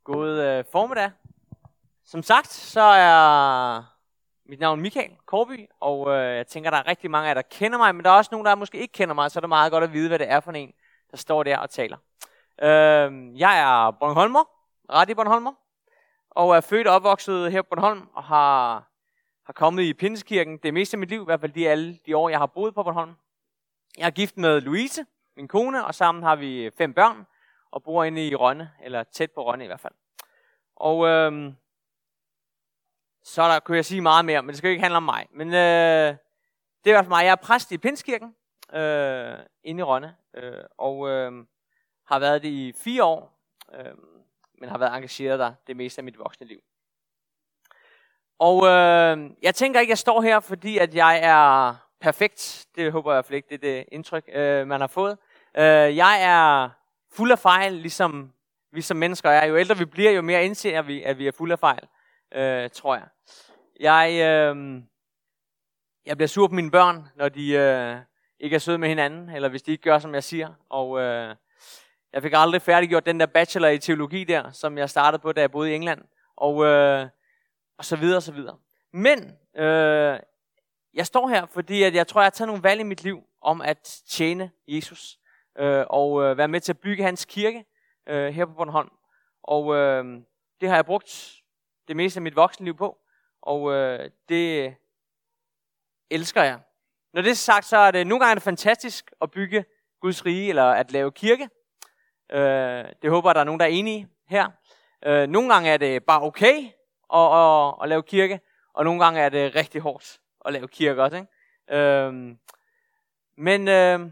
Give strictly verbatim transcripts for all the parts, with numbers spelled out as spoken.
God øh, formiddag. Som sagt, så er mit navn Michael Korby, og øh, jeg tænker, der er rigtig mange af jer, der kender mig, men der er også nogen, der måske ikke kender mig, så er det meget godt at vide, hvad det er for en, der står der og taler. Øh, jeg er Bornholmer, ret i Bornholmer, og er født og opvokset her på Bornholm, og har, har kommet i Pinseskirken det meste af mit liv, i hvert fald de alle de år, jeg har boet på Bornholm. Jeg er gift med Louise, min kone, og sammen har vi fem børn, og bor inde i Rønne, eller tæt på Rønne i hvert fald. Og øhm, så der kunne jeg sige meget mere, men det skal jo ikke handle om mig. Men øh, det er i hvert fald mig. Jeg er præst i Pinseskirken, øh, inde i Rønne, øh, og øh, har været det i fire år, øh, men har været engageret der det meste af mit voksne liv. Og øh, jeg tænker ikke, at jeg står her, fordi at jeg er perfekt. Det håber jeg i hvert fald ikke, det er det indtryk, øh, man har fået. Øh, jeg er fuld af fejl, ligesom vi som mennesker er. Jo ældre vi bliver, jo mere indser vi, at vi er fuld af fejl, øh, tror jeg. Jeg, øh, jeg bliver sur på mine børn, når de øh, ikke er søde med hinanden, eller hvis de ikke gør, som jeg siger. Og øh, jeg fik aldrig færdiggjort den der bachelor i teologi der, som jeg startede på, da jeg boede i England. Og, øh, og så videre, og så videre. Men øh, jeg står her, fordi at jeg tror, jeg har taget nogle valg i mit liv om at tjene Jesus. Øh, og øh, være med til at bygge hans kirke øh, her på Bornholm. Og øh, det har jeg brugt det meste af mit voksenliv på. Og øh, det elsker jeg. Når det er sagt, så er det nogle gange er det fantastisk at bygge Guds rige, eller at lave kirke. Øh, det håber jeg, der er nogen, der er enige her. Øh, nogle gange er det bare okay at, at, at lave kirke, og nogle gange er det rigtig hårdt at lave kirke også. Ikke? Øh, men... Øh,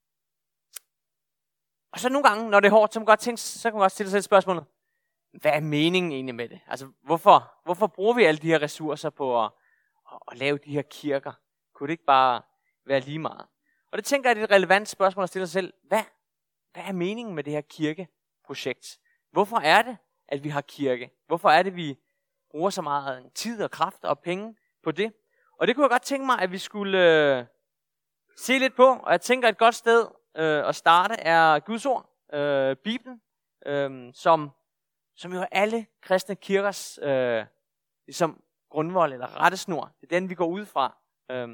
Og så nogle gange, når det er hårdt, så kan man godt, tænke, så kan man godt stille sig selv spørgsmålet, hvad er meningen egentlig med det? Altså, hvorfor, hvorfor bruger vi alle de her ressourcer på at, at, at lave de her kirker? Kunne det ikke bare være lige meget? Og det tænker jeg er et relevant spørgsmål at stille sig selv. Hvad, hvad er meningen med det her kirkeprojekt? Hvorfor er det, at vi har kirke? Hvorfor er det, vi bruger så meget tid og kræfter og penge på det? Og det kunne jeg godt tænke mig, at vi skulle øh, se lidt på. Og jeg tænker, et godt sted Øh, at starte er Guds ord, øh, Bibelen, øh, som, som jo er alle kristne kirkers øh, ligesom grundvold eller rettesnor. Det er den, vi går ud fra. Øh,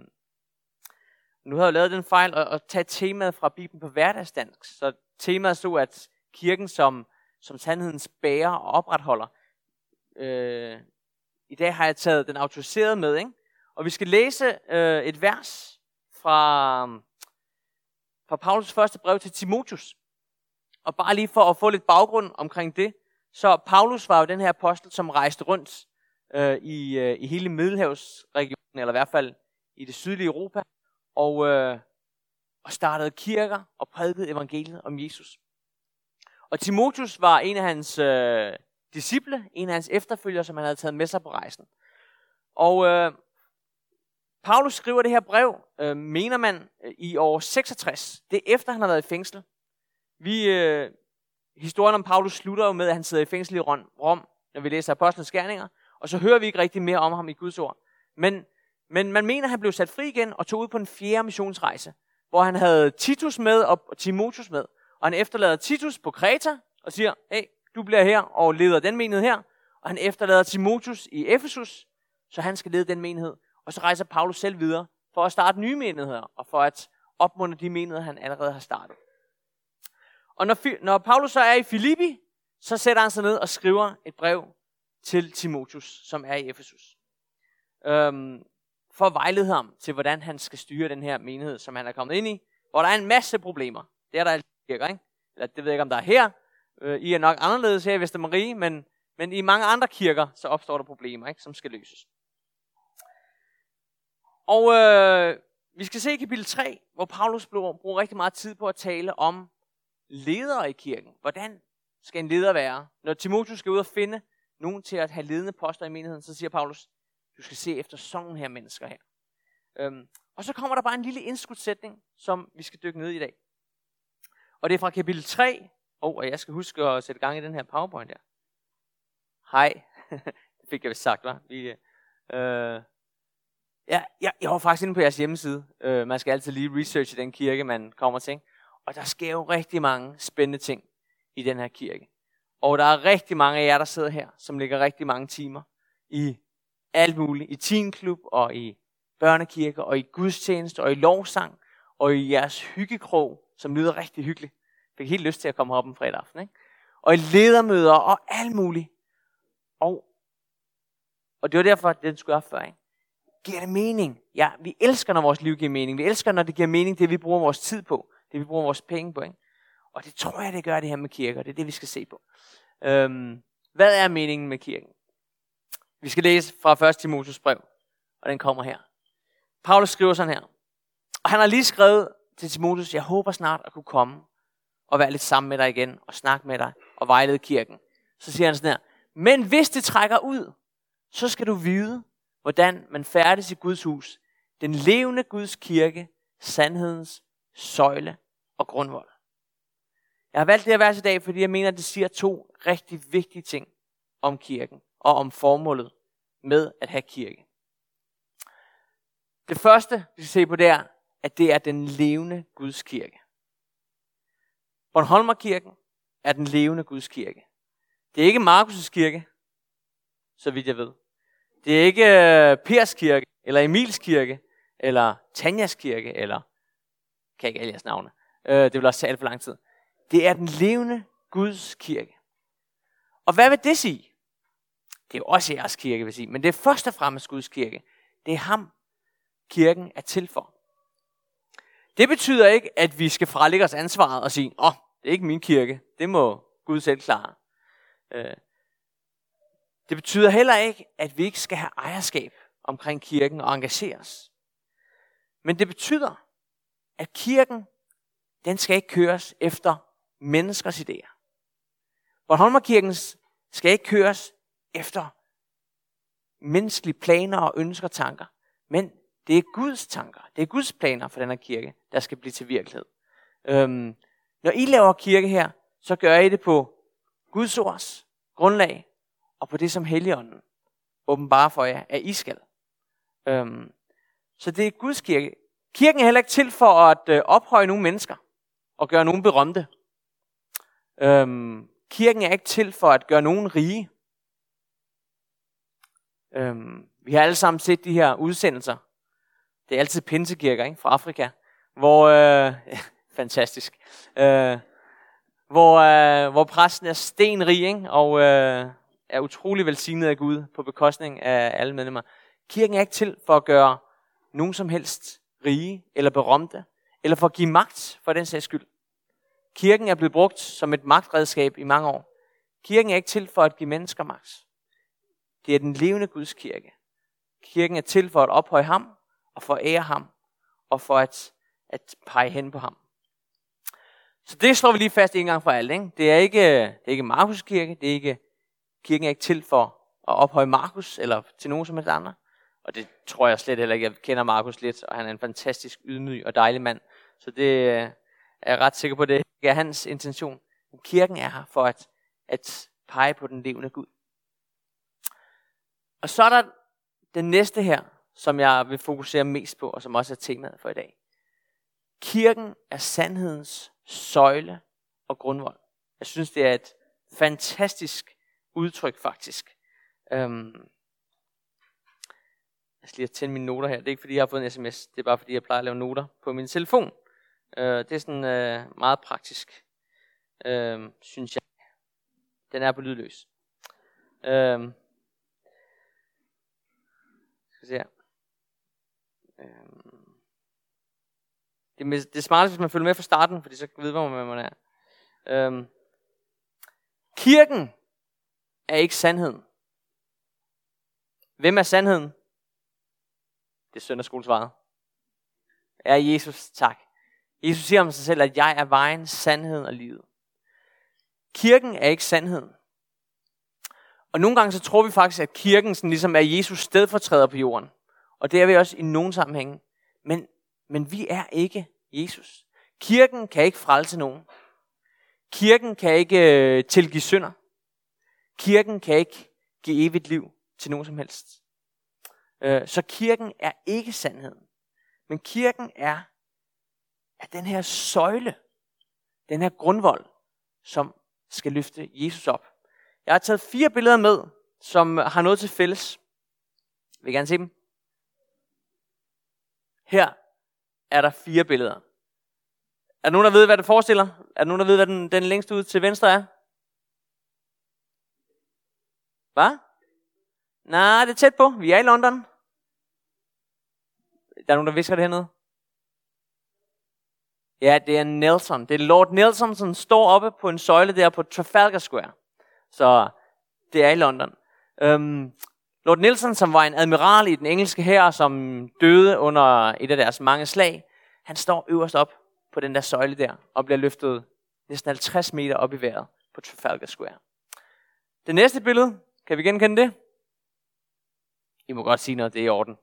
nu har jeg lavet den fejl at, at tage temaet fra Bibelen på hverdagsdansk. Så temaet så, at kirken som, som sandhedens bærer og opretholder. Øh, I dag har jeg taget den autoriserede med, ikke? Og vi skal læse øh, et vers fra... fra Paulus første brev til Timotheus. Og bare lige for at få lidt baggrund omkring det, så Paulus var jo den her apostel, som rejste rundt øh, i, øh, i hele Middelhavsregionen, eller i hvert fald i det sydlige Europa, og, øh, og startede kirker og prædikede evangeliet om Jesus. Og Timotheus var en af hans øh, disciple, en af hans efterfølgere, som han havde taget med sig på rejsen. Og øh, Paulus skriver det her brev, øh, mener man, øh, i år seksogtres. Det er efter, han har været i fængsel. Vi, øh, historien om Paulus slutter jo med, at han sidder i fængsel i Rom, når vi læser Apostlenes Gerninger. Og så hører vi ikke rigtig mere om ham i Guds ord. Men, men man mener, at han blev sat fri igen og tog ud på en fjerde missionsrejse, hvor han havde Titus med og Timotheus med. Og han efterlader Titus på Kreta og siger, hey, du bliver her og leder den menighed her. Og han efterlader Timotheus i Efesus, så han skal lede den menighed. Og så rejser Paulus selv videre for at starte nye menigheder, og for at opmuntre de menigheder, han allerede har startet. Og når, når Paulus så er i Filippi, så sætter han sig ned og skriver et brev til Timotheus, som er i Efesus. Øhm, for at vejlede ham til, hvordan han skal styre den her menighed, som han er kommet ind i, hvor der er en masse problemer. Det er der altid kirker, ikke? Eller det ved jeg ikke, om der er her. Øh, I er nok anderledes her i Vestermarie, men, men i mange andre kirker, så opstår der problemer, ikke, som skal løses. Og øh, vi skal se i kapitel tre, hvor Paulus bruger rigtig meget tid på at tale om ledere i kirken. Hvordan skal en leder være? Når Timotheus skal ud og finde nogen til at have ledende poster i menigheden, så siger Paulus, du skal se efter sådan her mennesker her. Øhm, og så kommer der bare en lille indskudssætning, som vi skal dykke ned i i dag. Og det er fra kapitel tre. Oh, og jeg skal huske at sætte gang i den her PowerPoint der. Hej. Det fik jeg vist sagt, hva'? Vi, øh, Ja, jeg, jeg var faktisk inde på jeres hjemmeside. Uh, man skal altid lige researche den kirke, man kommer til. Og der sker jo rigtig mange spændende ting i den her kirke. Og der er rigtig mange af jer, der sidder her, som ligger rigtig mange timer i alt muligt. I teenklub og i børnekirke og i gudstjeneste og i lovsang og i jeres hyggekrog, som lyder rigtig hyggeligt. Jeg fik helt lyst til at komme op en fredag aften, ikke? Og i ledermøder og alt muligt. Og, og det var derfor, at den skulle op før, ikke? Giver det mening? Ja, vi elsker, når vores liv giver mening. Vi elsker, når det giver mening, det vi bruger vores tid på. Det vi bruger vores penge på, ikke? Og det tror jeg, det gør det her med kirker. Det er det, vi skal se på. Øhm, hvad er meningen med kirken? Vi skal læse fra første Timotheus brev, og den kommer her. Paulus skriver sådan her. Og han har lige skrevet til Timotheus, jeg håber snart at kunne komme og være lidt sammen med dig igen, og snakke med dig og vejlede kirken. Så siger han sådan her. Men hvis det trækker ud, så skal du vide, hvordan man færdes i Guds hus, den levende Guds kirke, sandhedens søjle og grundvold. Jeg har valgt det her vers i dag, fordi jeg mener, at det siger to rigtig vigtige ting om kirken og om formålet med at have kirke. Det første, vi skal se på, det er, at det er den levende Guds kirke. Bornholmerkirken er den levende Guds kirke. Det er ikke Markus' kirke, så vidt jeg ved. Det er ikke Pers kirke, eller Emils kirke, eller Tanjas kirke, eller kan jeg ikke alle jeres navne. Det vil også tage alt for lang tid. Det er den levende Guds kirke. Og hvad vil det sige? Det er jo også jeres kirke, vil sige. Men det er først og fremmest Guds kirke. Det er ham, kirken er til for. Det betyder ikke, at vi skal frelægge os ansvaret og sige, åh, oh, det er ikke min kirke. Det må Gud selv klare. Det betyder heller ikke, at vi ikke skal have ejerskab omkring kirken og engagere os. Men det betyder, at kirken, den skal ikke køres efter menneskers idéer. Bornholmerkirken skal ikke køres efter menneskelige planer og ønsker og tanker. Men det er Guds tanker, det er Guds planer for den her kirke, der skal blive til virkelighed. Øhm, når I laver kirke her, så gør I det på Guds ords grundlag, og på det, som Helligånden åbenbarer for jer, at I skal. Øhm, så det er Guds kirke. Kirken er heller ikke til for at øh, ophøje nogle mennesker og gøre nogen berømte. Øhm, kirken er ikke til for at gøre nogen rige. Øhm, vi har alle sammen set de her udsendelser. Det er altid pinsekirker, ikke? Fra Afrika, hvor øh, fantastisk, øh, hvor øh, hvor præsten er stenrig, ikke? Og øh, er utrolig velsignet af Gud på bekostning af alle medlemmer. Kirken er ikke til for at gøre nogen som helst rige eller berømte, eller for at give magt for den sags skyld. Kirken er blevet brugt som et magtredskab i mange år. Kirken er ikke til for at give mennesker magt. Det er den levende Guds kirke. Kirken er til for at ophøje ham, og for at ære ham, og for at, at pege hen på ham. Så det slår vi lige fast en gang for alle. Ikke? Det er ikke, det er ikke Markus' kirke, det er ikke, kirken er ikke til for at ophøje Markus, eller til nogen som helst andre. Og det tror jeg slet heller ikke. Jeg kender Markus lidt, og han er en fantastisk ydmyg og dejlig mand. Så det er jeg ret sikker på, det er hans intention. Men kirken er her for at, at pege på den levende Gud. Og så er der den næste her, som jeg vil fokusere mest på, og som også er temaet for i dag. Kirken er sandhedens søjle og grundvold. Jeg synes, det er et fantastisk udtryk faktisk. Øhm Jeg skal lige tænde mine noter her. Det er ikke fordi, jeg har fået en sms. Det er bare fordi, jeg plejer at lave noter på min telefon. Øh, det er sådan øh, meget praktisk, øh, synes jeg. Den er på lydløs. Øh, skal vi se her. Øh, det, er, det er smart, hvis man følger med fra starten, fordi så ved man, hvad man er. Øh, kirken er ikke sandheden. Hvem er sandheden? Det er søndagsskolesvaret. Er Jesus, tak. Jesus siger om sig selv, at jeg er vejen, sandheden og livet. Kirken er ikke sandheden. Og nogle gange så tror vi faktisk, at kirken sådan ligesom er Jesus stedfortræder på jorden. Og det er vi også i nogle sammenhænge. Men, men vi er ikke Jesus. Kirken kan ikke frelse nogen. Kirken kan ikke øh, tilgive synder. Kirken kan ikke give evigt liv til nogen som helst. Øh, så kirken er ikke sandheden. Men kirken er, er den her søjle, den her grundvold, som skal løfte Jesus op Jeg har taget fire billeder med, som har noget til fælles. Vil I gerne se dem? Her er der fire billeder. Er der nogen, der ved, hvad det forestiller? Er der nogen, der ved, hvad den, den længst ud til venstre er? Hvad? Nej, det er tæt på. Vi er i London. Der er nogen, der visker det hernede. Ja, det er Nelson. Det er Lord Nelson, som står oppe på en søjle der på Trafalgar Square. Så det er i London. Øhm, Lord Nelson, som var en admiral i den engelske hær, som døde under et af deres mange slag, han står øverst op på den der søjle der, og bliver løftet næsten halvtreds meter op i vejret på Trafalgar Square. Det næste billede, kan vi genkende det? I må godt sige noget, det er i orden.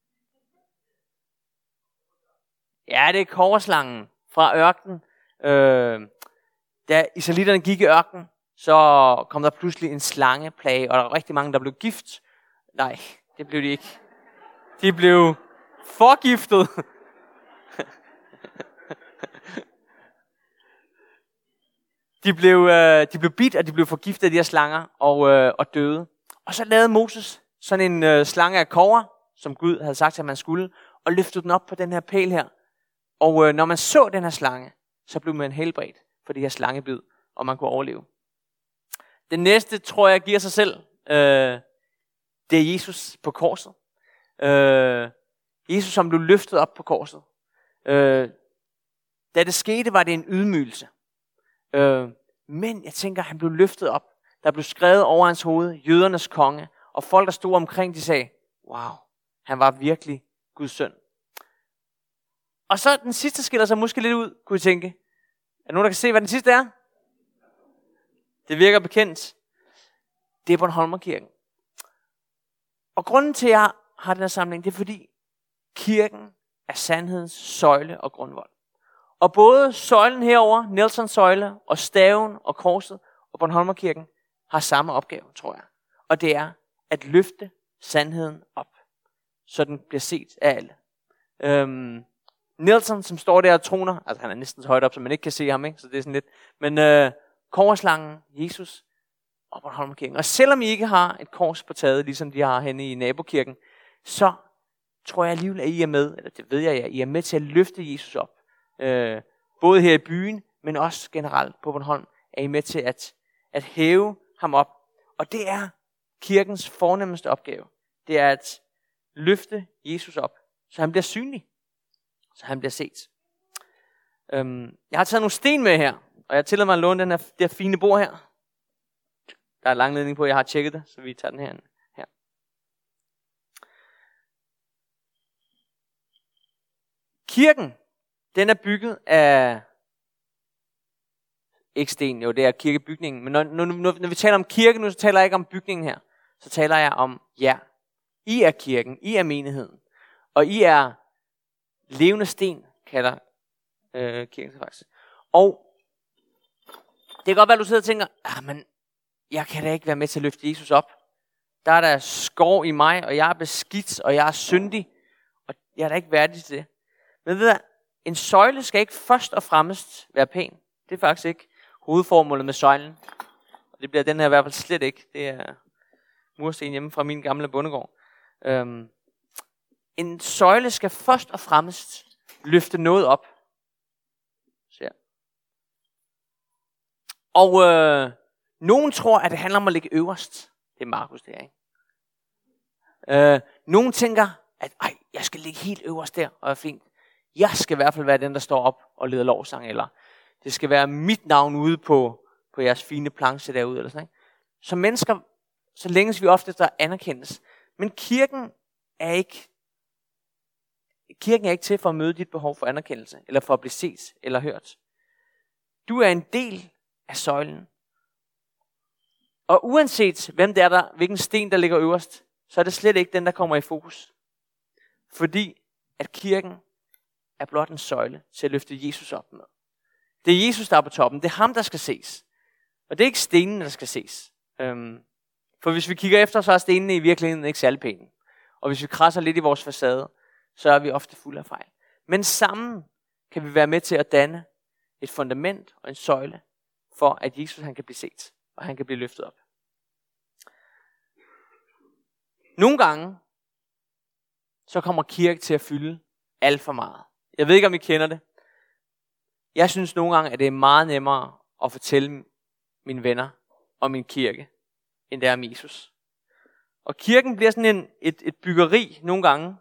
Ja, det er kobberslangen fra ørkenen. Øh, da israelitterne gik i ørkenen, så kom der pludselig en slangeplage, og der var rigtig mange, der blev gift. Nej, det blev de ikke. De blev forgiftet. De blev, øh, de blev bidt, og de blev forgiftet af de her slanger, og, øh, og døde. Og så lavede Moses sådan en øh, slange af kobber, som Gud havde sagt, at man skulle, og løftede den op på den her pæl her. Og øh, når man så den her slange, så blev man helbredt for de her slangebid, og man kunne overleve. Den næste, tror jeg, giver sig selv. Øh, det er Jesus på korset. Øh, Jesus, som blev løftet op på korset. Øh, da det skete, var det en ydmygelse. Øh, men jeg tænker, han blev løftet op. Der blev skrevet over hans hoved, jødernes konge. Og folk, der stod omkring, de sagde, wow, han var virkelig Guds søn. Og så den sidste skiller sig måske lidt ud, kunne I tænke. Er der nogen, der kan se, hvad den sidste er? Det virker bekendt. Det er Bornholmerkirken. Og grunden til, at jeg har den her samling, det er fordi, kirken er sandhedens søjle og grundvold. Og både søjlen herover, Nelsons søjle, og staven og korset og Bornholmerkirken har samme opgave, tror jeg. Og det er at løfte sandheden op, så den bliver set af alle. Øhm, Nelson, som står der og troner, altså han er næsten så højt op, så man ikke kan se ham, ikke? Så det er sådan lidt. Men øh, korslangen, Jesus og Bornholmerkirken. Og selvom I ikke har et kors på taget, ligesom de har henne i nabokirken, så tror jeg alligevel, at I er med, eller det ved jeg, at I er med til at løfte Jesus op. Øh, både her i byen, men også generelt på Bornholm, er I med til at, at hæve ham op. Og det er kirkens fornemmeste opgave. Det er at løfte Jesus op, så han bliver synlig. Så han bliver set. Øhm, jeg har taget nogle sten med her, og jeg tillader mig at låne den her, det her fine bord her. Der er lang ledning på, jeg har tjekket det, så vi tager den her. her. Kirken, den er bygget af, ikke sten, jo det er kirkebygningen, men når, når, når vi taler om kirke nu, så taler jeg ikke om bygningen her, så taler jeg om jer. I er kirken, I er menigheden, og I er levende sten, kalder øh, kirken sig faktisk. Og det kan godt være, at du sidder og tænker, ah, men jeg kan da ikke være med til at løfte Jesus op. Der er der skov i mig, og jeg er beskidt, og jeg er syndig, og jeg er da ikke værdig til det. Men ved du, en søjle skal ikke først og fremmest være pæn. Det er faktisk ikke hovedformålet med søjlen. Og det bliver den her i hvert fald slet ikke. Det er mursten hjemme fra min gamle bondegård. Øhm, en søjle skal først og fremmest løfte noget op. Så ja. Og øh, nogen tror, at det handler om at ligge øverst. Det er Markus, det er, ikke? Øh, nogen tænker, at ej, jeg skal ligge helt øverst der, og er fint. Jeg skal i hvert fald være den, der står op og leder lovsang, eller det skal være mit navn ude på, på jeres fine planche derude, eller sådan, ikke? Så mennesker, så længes vi ofte der anerkendes. Men kirken er ikke, kirken er ikke til for at møde dit behov for anerkendelse, eller for at blive set eller hørt. Du er en del af søjlen. Og uanset hvem det er der, hvilken sten der ligger øverst, så er det slet ikke den, der kommer i fokus. Fordi at kirken er blot en søjle til at løfte Jesus op med. Det er Jesus, der er på toppen. Det er ham, der skal ses. Og det er ikke stenen, der skal ses. Øhm, for hvis vi kigger efter, så er stenene i virkeligheden ikke særlig pæne. Og hvis vi krasser lidt i vores facade, så er vi ofte fulde af fejl. Men sammen kan vi være med til at danne et fundament og en søjle, for at Jesus han kan blive set, og han kan blive løftet op. Nogle gange, så kommer kirke til at fylde alt for meget. Jeg ved ikke, om I kender det. Jeg synes nogle gange, at det er meget nemmere at fortælle mine venner om min kirke, end det er om Jesus. Og kirken bliver sådan en, et, et byggeri nogle gange.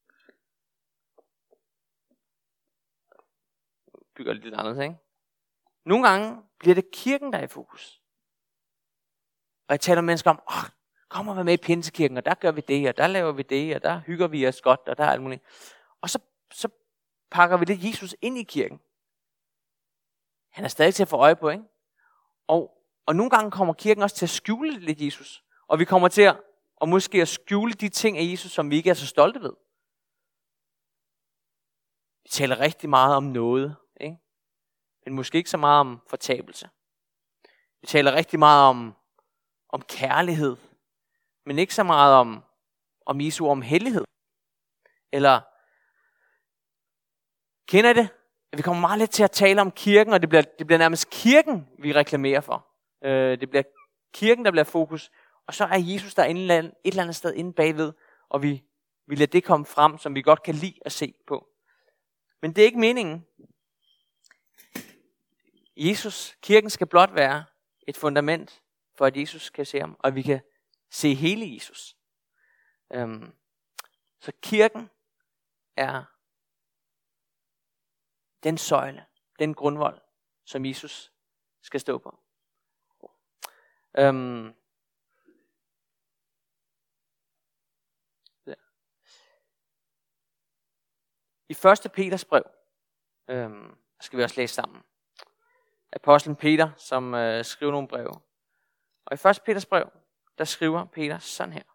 Bygger lidt andet, ikke? Nogle gange bliver det kirken, der er i fokus. Og jeg taler med mennesker om, åh, kom og vær med i Pinsekirken, og der gør vi det, og der laver vi det, og der hygger vi os godt, og der er alt muligt. Og så, så pakker vi lidt Jesus ind i kirken. Han er stadig til at få øje på, ikke? Og, og nogle gange kommer kirken også til at skjule lidt Jesus. Og vi kommer til at, og måske at skjule de ting af Jesus, som vi ikke er så stolte ved. Vi taler rigtig meget om noget, ikke? Men måske ikke så meget om fortabelse. Vi taler rigtig meget om, om kærlighed, men ikke så meget om, om Jesu omhellighed. Eller, kender I det? Vi kommer meget lidt til at tale om kirken, og det bliver, det bliver nærmest kirken, vi reklamerer for. Øh, det bliver kirken, der bliver fokus, og så er Jesus der et eller andet sted inde bagved, og vi, vi lader det komme frem, som vi godt kan lide at se på. Men det er ikke meningen. Jesus, kirken skal blot være et fundament, for at Jesus kan se ham, og vi kan se hele Jesus. Øhm, så kirken er den søjle, den grundvold, som Jesus skal stå på. Øhm, I første Peters brev, øhm, skal vi også læse sammen. Apostlen Peter, som øh, skriver nogle breve. Og i første Peters brev, der skriver Peter sådan her.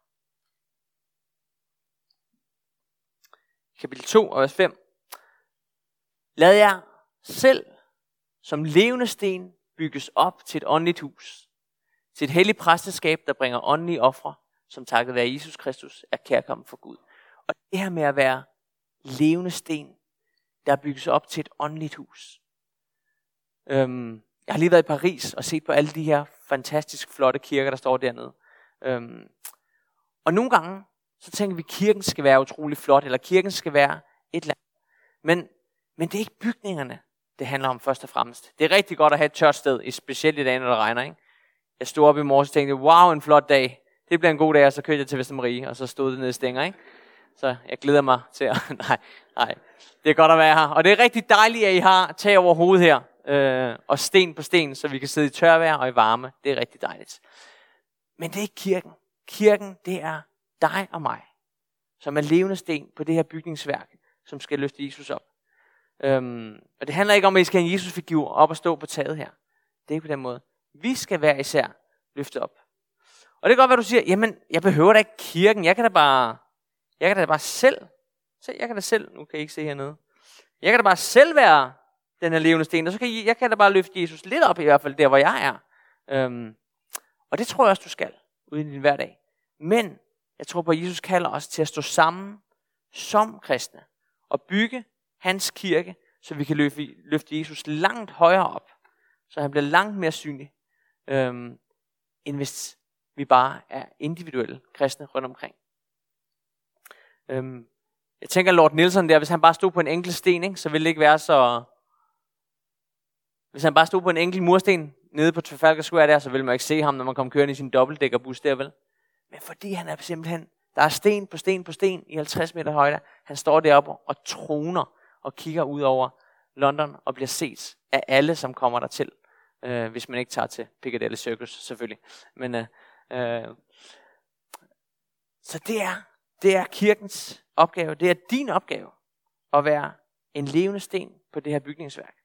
Kapitel to, vers fem. Lad jer selv som levende sten bygges op til et åndeligt hus. Til et helligt præsteskab, der bringer åndelige ofre, som takket være Jesus Kristus er kærkommen for Gud. Og det her med at være levende sten, der bygges op til et åndeligt hus. Øhm, jeg har lige været i Paris og set på alle de her fantastisk flotte kirker, der står dernede. Øhm, og nogle gange, så tænker vi, at kirken skal være utrolig flot, eller kirken skal være et eller andet. Men, men det er ikke bygningerne, det handler om først og fremmest. Det er rigtig godt at have et tørt sted, specielt i dag, når det regner, ikke? Jeg stod op i morges og tænkte, wow, en flot dag. Det bliver en god dag, og så kørte jeg til Vestermarie, og så stod det nede i Stænger, ikke? Så jeg glæder mig til at... nej, nej. Det er godt at være her. Og det er rigtig dejligt, at I har tag over hovedet her. Øh, og sten på sten, så vi kan sidde i tørvejr og i varme. Det er rigtig dejligt. Men det er ikke kirken. Kirken, det er dig og mig, som er levende sten på det her bygningsværk, som skal løfte Jesus op. Øhm, og det handler ikke om, at I skal have en Jesus-figur op og stå på taget her. Det er ikke på den måde. Vi skal hver især løfte op. Og det kan godt være, du siger, jamen, jeg behøver da ikke kirken. Jeg kan da bare, jeg kan da bare selv, se, jeg kan da selv, nu kan I ikke se hernede. Jeg kan da bare selv være den her levende sten, og så kan I, jeg kan da bare løfte Jesus lidt op, i hvert fald der, hvor jeg er. Øhm, og det tror jeg også, du skal, ude i din hverdag. Men jeg tror på, at Jesus kalder os til at stå sammen som kristne, og bygge hans kirke, så vi kan løfte, løfte Jesus langt højere op, så han bliver langt mere synlig, øhm, end hvis vi bare er individuelle kristne rundt omkring. Øhm, jeg tænker, Lord Nielsen der, hvis han bare stod på en enkelt sten, ikke, så ville det ikke være så... Hvis han bare stod på en enkelt mursten nede på Trafalgar Square der, så ville man ikke se ham, når man kom kørende i sin dobbeltdækkerbus der, vel? Men fordi han er simpelthen, der er sten på sten på sten i halvtreds meter højde, han står deroppe og troner og kigger ud over London og bliver set af alle, som kommer dertil. Øh, hvis man ikke tager til Piccadilly Circus, selvfølgelig. Men, øh, øh, så det er, det er kirkens opgave, det er din opgave at være en levende sten på det her bygningsværk.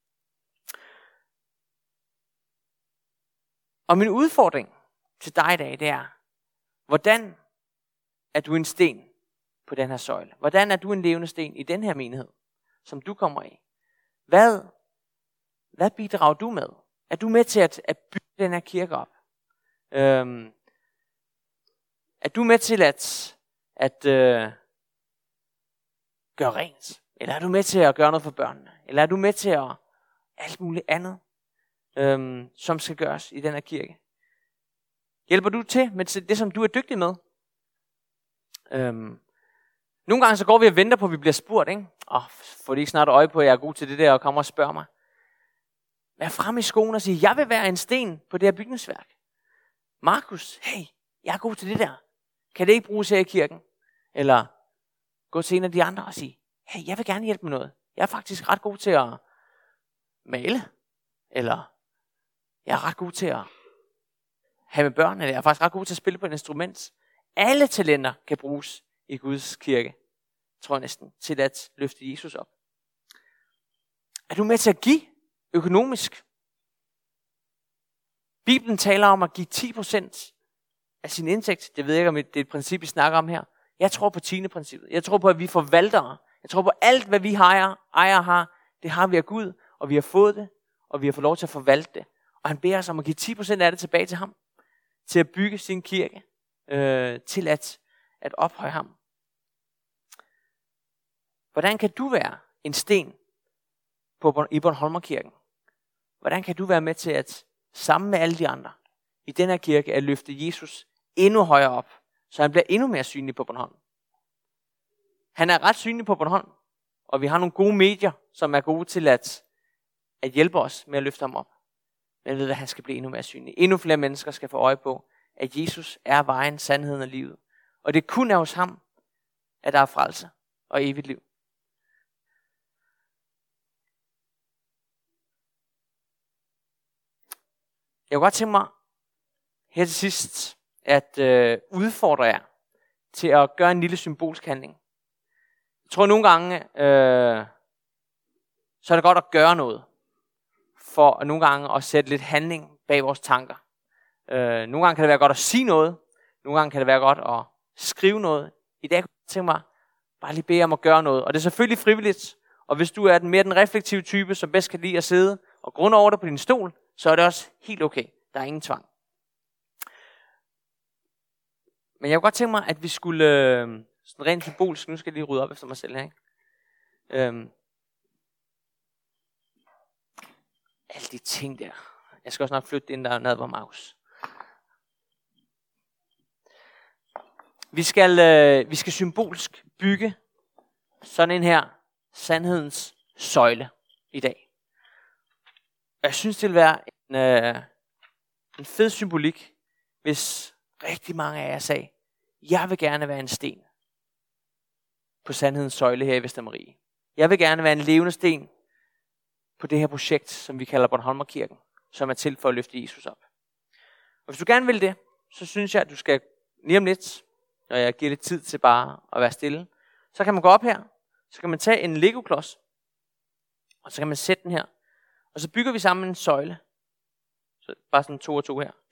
Og min udfordring til dig i dag, det er, hvordan er du en sten på den her søjle? Hvordan er du en levende sten i den her menighed, som du kommer i? Hvad, hvad bidrager du med? Er du med til at, at bygge den her kirke op? Øhm, er du med til at, at øh, gøre rent? Eller er du med til at gøre noget for børnene? Eller er du med til at alt muligt andet, øhm, som skal gøres i den her kirke? Hjælper du til med det, som du er dygtig med? Øhm, nogle gange så går vi og venter på, at vi bliver spurgt, ikke? Åh, får de ikke snart øje på, at jeg er god til det der, og kommer og spørger mig. Vær fremme i skoen og sige, jeg vil være en sten på det her bygningsværk. Markus, hey, jeg er god til det der. Kan det ikke bruges her i kirken? Eller gå til en af de andre og sige, hey, jeg vil gerne hjælpe med noget. Jeg er faktisk ret god til at male. Eller jeg er ret god til at have med børn. Eller jeg er faktisk ret god til at spille på et instrument. Alle talenter kan bruges i Guds kirke, tror jeg næsten, til at løfte Jesus op. Er du med til at give økonomisk? Bibelen taler om at give ti procent af sin indtægt. Det ved jeg ikke, om det er et princip, vi snakker om her. Jeg tror på tiende-princippet. Jeg tror på, at vi forvaltere. Jeg tror på alt, hvad vi ejer, ejer har, det har vi af Gud, og vi har fået det, og vi har fået lov til at forvalte det. Og han beder os om at give ti procent af det tilbage til ham, til at bygge sin kirke, øh, til at, at ophøje ham. Hvordan kan du være en sten på, i Bornholmerkirken? Hvordan kan du være med til at, sammen med alle de andre, i den her kirke, at løfte Jesus endnu højere op, så han bliver endnu mere synlig på Bornholm? Han er ret synlig på Bornholm, og vi har nogle gode medier, som er gode til at, at hjælpe os med at løfte ham op. Men ved, at han skal blive endnu mere synlig. Endnu flere mennesker skal få øje på, at Jesus er vejen, sandheden og livet. Og det kun er hos ham, at der er frelse og evigt liv. Jeg kunne godt tænke mig her til sidst at øh, udfordre jer til at gøre en lille symbolsk handling. Jeg tror nogle gange, øh, så er det godt at gøre noget, for at nogle gange at sætte lidt handling bag vores tanker. Øh, nogle gange kan det være godt at sige noget, nogle gange kan det være godt at skrive noget. I dag kunne jeg tænke mig bare lige bede om at gøre noget, og det er selvfølgelig frivilligt. Og hvis du er den mere den reflektive type, som bedst kan lide at sidde og grunde over dig på din stol, så er det også helt okay. Der er ingen tvang. Men jeg kunne godt tænke mig, at vi skulle, øh, sådan rent symbolsk, nu skal jeg lige rydde op efter mig selv her, ikke? Øhm, alle de ting der. Jeg skal også nok flytte det ind, der er nede på Markus. Vi skal, øh, vi skal symbolsk bygge sådan en her sandhedens søjle i dag. Jeg synes, det vil være en, øh, en fed symbolik, hvis rigtig mange af jer sagde, jeg vil gerne være en sten på sandhedens søjle her i Vestermarie. Jeg vil gerne være en levende sten på det her projekt, som vi kalder Bornholmerkirken, som er til for at løfte Jesus op. Og hvis du gerne vil det, så synes jeg, at du skal lige om lidt, når jeg giver lidt tid til bare at være stille, så kan man gå op her, så kan man tage en Lego-klods, og så kan man sætte den her, og så bygger vi sammen en søjle. Så bare sådan to og to her.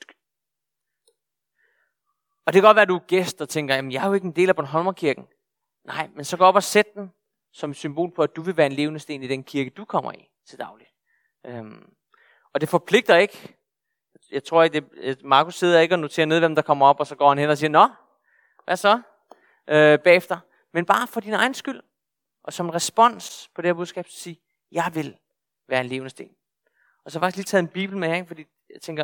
Og det kan godt være, at du er gæst og tænker, jamen jeg er jo ikke en del af Bornholmerkirken. Nej, men så gå op og sæt den som symbol på, at du vil være en levende sten i den kirke, du kommer i til daglig. Øhm, og det forpligter ikke. Jeg tror ikke, det, Markus sidder ikke og noterer ned, hvem der kommer op, og så går han hen og siger, nå, hvad så? Øh, bagefter. Men bare for din egen skyld, og som respons på det her budskab, så sige, jeg vil være en levende sten. Og så har jeg faktisk lige taget en bibel med her, fordi jeg tænker,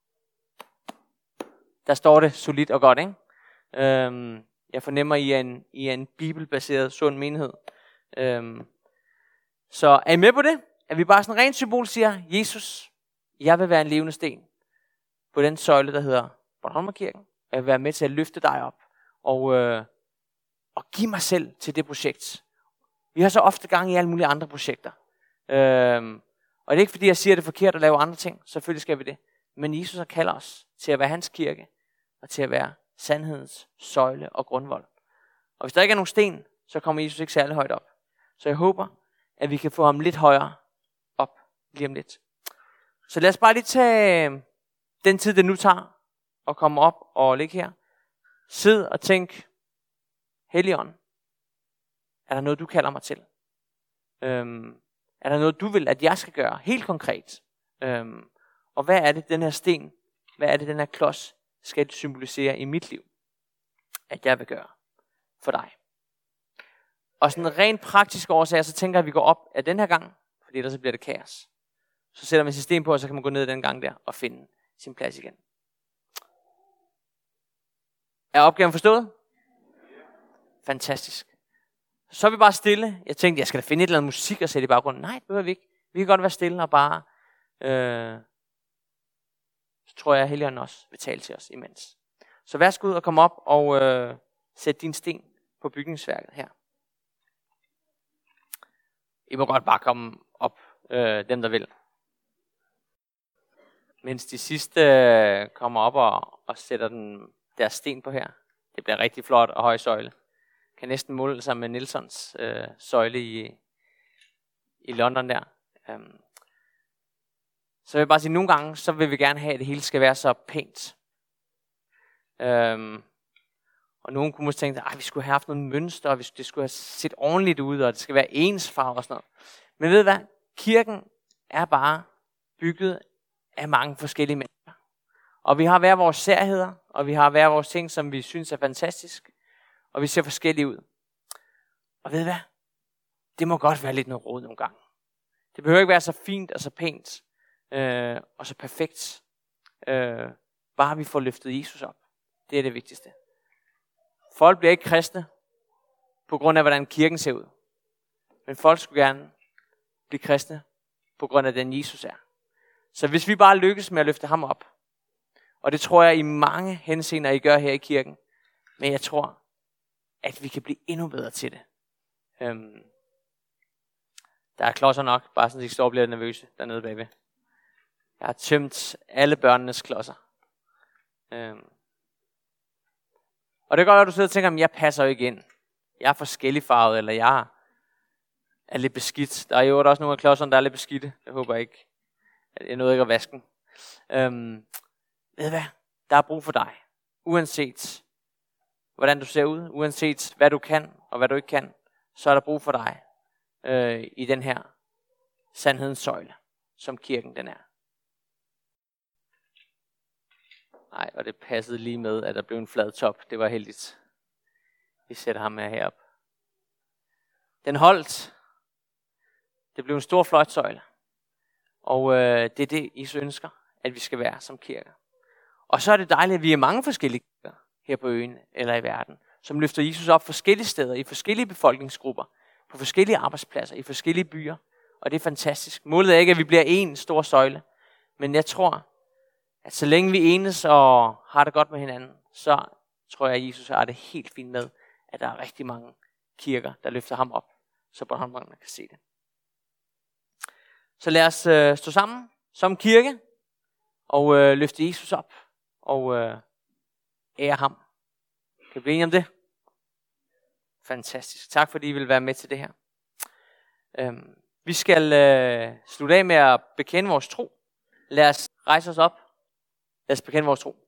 der står det solidt og godt, ikke? Øhm, jeg fornemmer, I er en, I er en bibelbaseret sund menighed. Øhm, så er I med på det? At vi bare sådan rent symbol siger, Jesus, jeg vil være en levende sten på den søjle, der hedder Bornholmerkirken. Jeg vil være med til at løfte dig op og, øh, og give mig selv til det projekt. Vi har så ofte gang i alle mulige andre projekter. Øhm, og det er ikke fordi, jeg siger, at det er forkert at lave andre ting. Selvfølgelig skal vi det. Men Jesus har kaldt os til at være hans kirke og til at være sandhedens søjle og grundvold. Og hvis der ikke er nogen sten, så kommer Jesus ikke særlig højt op. Så jeg håber, at vi kan få ham lidt højere op lige om lidt. Så lad os bare lige tage den tid, det nu tager at komme op og ligge her. Sid og tænk, Helligånd, er der noget, du kalder mig til? Øhm, er der noget, du vil, at jeg skal gøre helt konkret? Øhm, og hvad er det, den her sten, hvad er det, den her klods skal symbolisere i mit liv, at jeg vil gøre for dig? Og sådan en rent praktisk årsag, så tænker jeg, at vi går op af den her gang, fordi ellers så bliver det kaos. Så sætter man sin sten på, og så kan man gå ned den gang der og finde sin plads igen. Er opgaven forstået? Fantastisk. Så er vi bare stille. Jeg tænkte, jeg skal da finde et eller andet musik og sætte i baggrunden. Nej, det behøver vi ikke. Vi kan godt være stille og bare... Øh, så tror jeg, at Helligånden også vil tale til os imens. Så værsgo ud og kom op og øh, sæt din sten på bygningsværket her. I må godt bare komme op, øh, dem der vil. Mens de sidste øh, kommer op og, og sætter den, deres sten på her. Det bliver rigtig flot og høj søjle. Kan næsten måle sig med Nilsons øh, søjle i, i London der. Um, så vil jeg bare sige, at nogle gange, så vil vi gerne have, at det hele skal være så pænt. Um, og nogen kunne måske tænke, at vi skulle have haft noget mønster, og det skulle have set ordentligt ud, og det skal være ensfarve og sådan noget. Men ved I hvad? Kirken er bare bygget af mange forskellige mennesker. Og vi har hver vores særheder, og vi har hver vores ting, som vi synes er fantastisk. Og vi ser forskellige ud. Og ved I hvad? Det må godt være lidt noget rod nogle gange. Det behøver ikke være så fint og så pænt øh, og så perfekt. Øh, bare vi får løftet Jesus op. Det er det vigtigste. Folk bliver ikke kristne på grund af, hvordan kirken ser ud. Men folk skulle gerne blive kristne på grund af, den Jesus er. Så hvis vi bare lykkes med at løfte ham op, og det tror jeg i mange henseender, I gør her i kirken, men jeg tror, at vi kan blive endnu bedre til det. Øhm, der er klodser nok, bare sådan, at de står og bliver nervøse dernede bagved. Jeg har tømt alle børnenes klodser. Øhm. Og det gør, at du sidder og tænker, at jeg passer jo ikke ind. Jeg er forskellig farvet, eller jeg er lidt beskidt. Der er jo også nogle af klodserne, der er lidt beskidte. Jeg håber ikke, at jeg nåede ikke at vaske dem. Øhm, ved du hvad? Der er brug for dig. Uanset hvordan du ser ud, uanset hvad du kan og hvad du ikke kan, så er der brug for dig øh, i den her sandhedens søjle, som kirken den er. Nej, og det passede lige med, at der blev en flad top. Det var heldigt. Vi sætter ham her herop. Den holdt. Det blev en stor fløjtsøjle. Og øh, det er det, Jesus ønsker, at vi skal være som kirke. Og så er det dejligt, at vi er mange forskellige kirker her på øen eller i verden, som løfter Jesus op forskellige steder, i forskellige befolkningsgrupper, på forskellige arbejdspladser, i forskellige byer. Og det er fantastisk. Målet er ikke, at vi bliver en stor søjle, men jeg tror, at så længe vi enes og har det godt med hinanden, så tror jeg, at Jesus har det helt fint med, at der er rigtig mange kirker, der løfter ham op, så Bornholmerne kan se det. Så lad os øh, stå sammen som kirke og øh, løfte Jesus op og øh, ære ham. Kan vi blive enige om det? Fantastisk. Tak fordi I vil være med til det her. Øhm, vi skal øh, slutte af med at bekende vores tro. Lad os rejse os op. Lad os bekende vores tro.